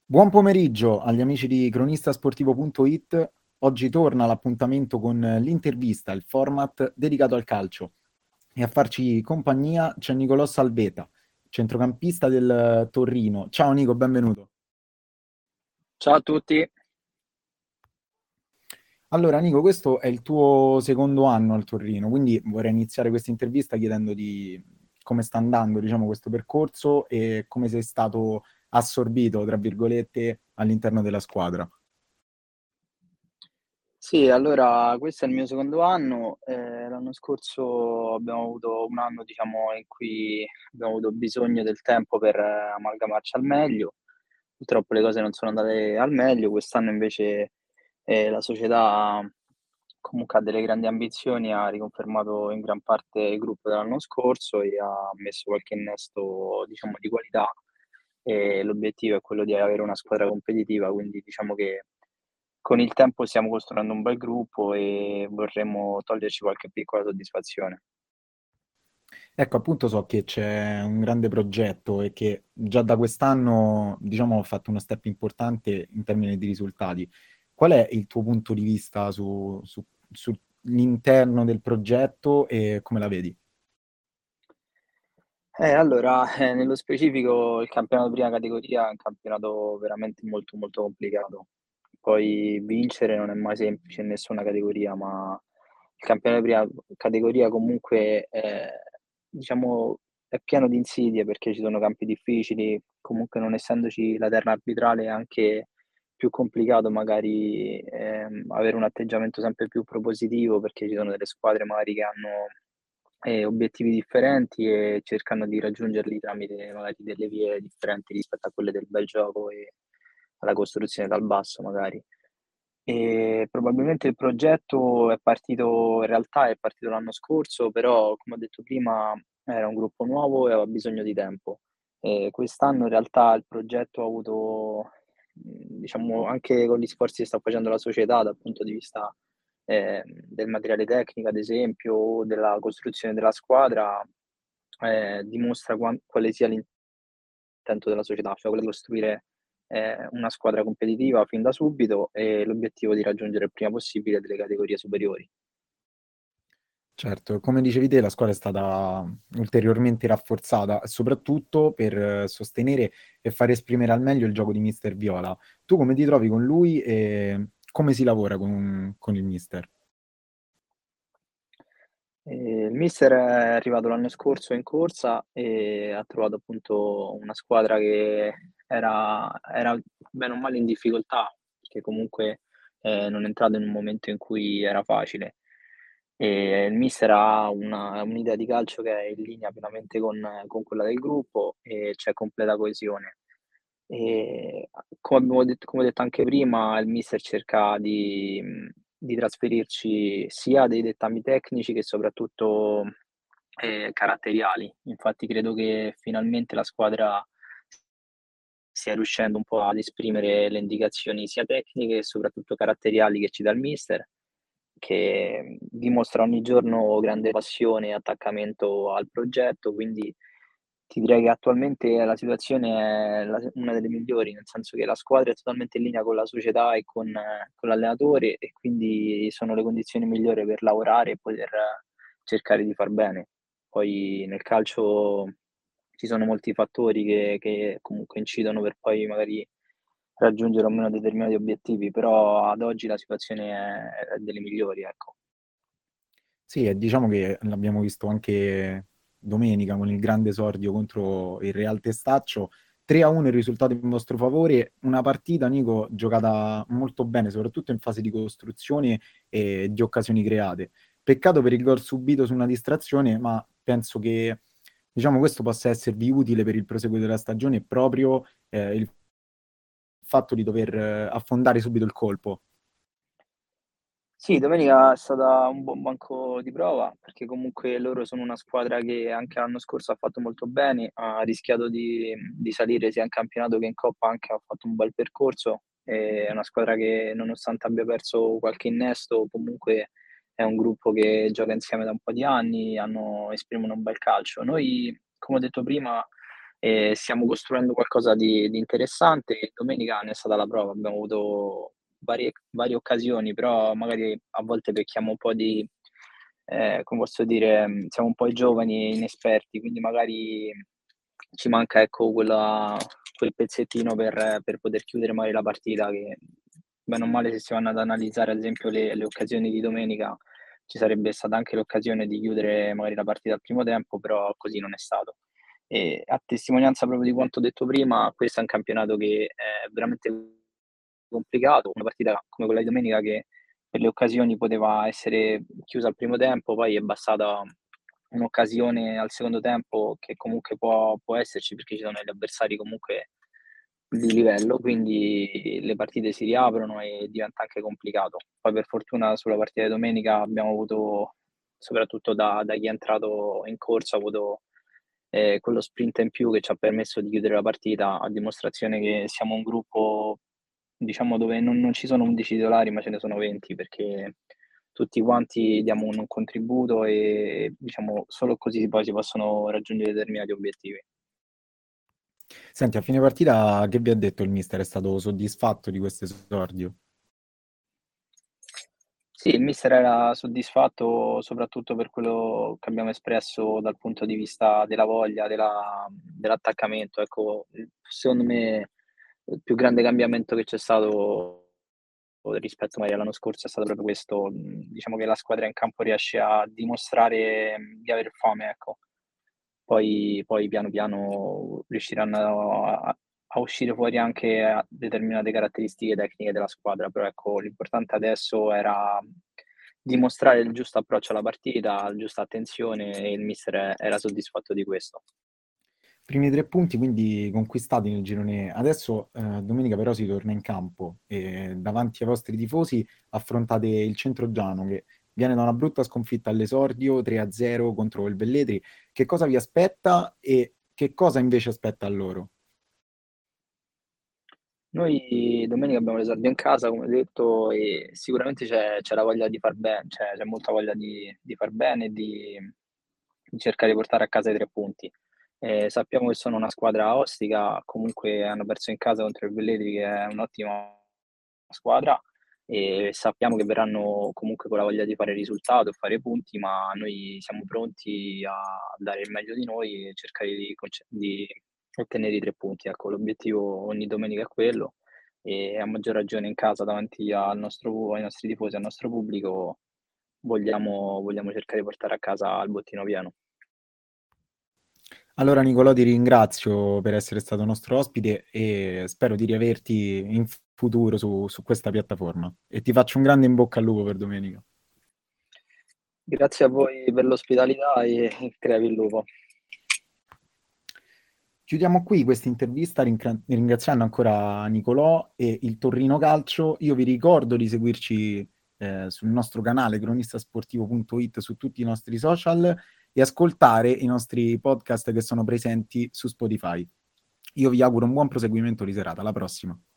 Buon pomeriggio agli amici di cronistasportivo.it. Oggi torna l'appuntamento con l'intervista, il format dedicato al calcio. E a farci compagnia c'è Nicolò Salveta, centrocampista del Torino. Ciao Nico, benvenuto. Ciao a tutti. Allora Nico, questo è il tuo secondo anno al Torino, quindi vorrei iniziare questa intervista chiedendo di come sta andando, diciamo, questo percorso e come sei stato assorbito, tra virgolette, all'interno della squadra. Sì, allora questo è il mio secondo anno. L'anno scorso abbiamo avuto un anno, diciamo, in cui abbiamo avuto bisogno del tempo per amalgamarci al meglio. Purtroppo le cose non sono andate al meglio. Quest'anno invece la società comunque ha delle grandi ambizioni, ha riconfermato in gran parte il gruppo dell'anno scorso e ha messo qualche innesto, diciamo, di qualità. E l'obiettivo è quello di avere una squadra competitiva, quindi diciamo che con il tempo stiamo costruendo un bel gruppo e vorremmo toglierci qualche piccola soddisfazione. Ecco, appunto so che c'è un grande progetto e che già da quest'anno, diciamo, ho fatto uno step importante in termini di risultati. Qual è il tuo punto di vista sull'interno del progetto e come la vedi? Allora, nello specifico il campionato prima categoria è un campionato veramente molto, molto complicato. Poi vincere non è mai semplice in nessuna categoria, ma il campionato prima categoria comunque, diciamo, è pieno di insidie perché ci sono campi difficili, comunque non essendoci la terna arbitrale è anche più complicato magari, avere un atteggiamento sempre più propositivo perché ci sono delle squadre magari che hanno obiettivi differenti e cercano di raggiungerli tramite magari delle vie differenti rispetto a quelle del bel gioco e alla costruzione dal basso magari. Probabilmente il progetto è partito in realtà è partito l'anno scorso, però come ho detto prima era un gruppo nuovo e aveva bisogno di tempo. Quest'anno in realtà il progetto ha avuto, diciamo anche con gli sforzi che sta facendo la società dal punto di vista del materiale tecnico ad esempio, o della costruzione della squadra, dimostra quale sia l'intento della società, cioè quello di costruire, una squadra competitiva fin da subito e l'obiettivo di raggiungere il prima possibile delle categorie superiori. Certo, come dicevi te, la squadra è stata ulteriormente rafforzata, soprattutto per sostenere e far esprimere al meglio il gioco di Mister Viola. Tu come ti trovi con lui e come si lavora con il Mister? Il mister è arrivato l'anno scorso in corsa e ha trovato appunto una squadra che era bene o male in difficoltà, perché comunque, non è entrato in un momento in cui era facile. Il mister ha un'idea di calcio che è in linea pienamente con quella del gruppo e c'è completa coesione. Come ho detto anche prima, il mister cerca di trasferirci sia dei dettami tecnici che soprattutto, caratteriali. Infatti credo che finalmente la squadra stia riuscendo un po' ad esprimere le indicazioni sia tecniche che soprattutto caratteriali che ci dà il mister, che dimostra ogni giorno grande passione e attaccamento al progetto, quindi ti direi che attualmente la situazione è una delle migliori, nel senso che la squadra è totalmente in linea con la società e con l'allenatore e quindi sono le condizioni migliori per lavorare e poter cercare di far bene. Poi nel calcio ci sono molti fattori che comunque incidono per poi magari raggiungere o meno determinati obiettivi, però ad oggi la situazione è delle migliori, ecco. Sì, e diciamo che l'abbiamo visto anche domenica con il grande esordio contro il Real Testaccio. 3-1 il risultato in vostro favore, una partita, Nico, giocata molto bene, soprattutto in fase di costruzione e di occasioni create. Peccato per il gol subito su una distrazione, ma penso che diciamo, questo possa esservi utile per il proseguo della stagione proprio il fatto di dover affondare subito il colpo. Sì, domenica è stata un buon banco di prova, perché comunque loro sono una squadra che anche l'anno scorso ha fatto molto bene, ha rischiato di salire sia in campionato che in coppa, anche ha fatto un bel percorso. È una squadra che nonostante abbia perso qualche innesto, comunque è un gruppo che gioca insieme da un po' di anni, esprimono un bel calcio. Noi, come ho detto prima, e stiamo costruendo qualcosa di interessante e domenica ne è stata la prova. Abbiamo avuto varie occasioni, però magari a volte pecchiamo un po' di, come posso dire, siamo un po' i giovani e inesperti, quindi magari ci manca, ecco, quel pezzettino per poter chiudere magari la partita che, bene o male, se si vanno ad analizzare ad esempio le occasioni di domenica, ci sarebbe stata anche l'occasione di chiudere magari la partita al primo tempo, però così non è stato. E a testimonianza proprio di quanto ho detto prima, questo è un campionato che è veramente complicato, una partita come quella di domenica che per le occasioni poteva essere chiusa al primo tempo, poi è bastata un'occasione al secondo tempo che comunque può esserci perché ci sono degli avversari comunque di livello, quindi le partite si riaprono e diventa anche complicato. Poi per fortuna sulla partita di domenica abbiamo avuto, soprattutto da chi è entrato in corsa, ha avuto quello sprint in più che ci ha permesso di chiudere la partita, a dimostrazione che siamo un gruppo, diciamo, dove non ci sono 11 titolari, ma ce ne sono 20, perché tutti quanti diamo un contributo e, diciamo, solo così poi si possono raggiungere determinati obiettivi. Senti, a fine partita che vi ha detto il mister? È stato soddisfatto di questo esordio? Sì, il mister era soddisfatto soprattutto per quello che abbiamo espresso dal punto di vista della voglia, dell'attaccamento. Ecco, secondo me il più grande cambiamento che c'è stato rispetto magari all'anno scorso è stato proprio questo. Diciamo che la squadra in campo riesce a dimostrare di aver fame, ecco. Poi piano piano riusciranno a uscire fuori anche a determinate caratteristiche tecniche della squadra, però ecco, l'importante adesso era dimostrare il giusto approccio alla partita, la giusta attenzione e il mister era soddisfatto di questo. Primi 3 punti quindi conquistati nel girone. Adesso domenica però si torna in campo e davanti ai vostri tifosi affrontate il Centroggiano che viene da una brutta sconfitta all'esordio 3-0 contro il Velletri. Che cosa vi aspetta e che cosa invece aspetta a loro? Noi domenica abbiamo l'esordio in casa, come detto, e sicuramente c'è la voglia di far bene, cioè c'è molta voglia di far bene e di cercare di portare a casa i 3 punti. Sappiamo che sono una squadra ostica, comunque hanno perso in casa contro il Velletri che è un'ottima squadra e sappiamo che verranno comunque con la voglia di fare risultato e fare punti, ma noi siamo pronti a dare il meglio di noi e cercare di ottenere i 3 punti. Ecco, l'obiettivo ogni domenica è quello e a maggior ragione in casa davanti ai nostri tifosi, al nostro pubblico, vogliamo cercare di portare a casa il bottino pieno. Allora Nicolò ti ringrazio per essere stato nostro ospite e spero di riaverti in futuro su questa piattaforma e ti faccio un grande in bocca al lupo per domenica. Grazie a voi per l'ospitalità e crepi il lupo. Chiudiamo qui questa intervista ringraziando ancora Nicolò e il Torrino Calcio. Io vi ricordo di seguirci sul nostro canale cronistasportivo.it su tutti i nostri social e ascoltare i nostri podcast che sono presenti su Spotify. Io vi auguro un buon proseguimento di serata. Alla prossima.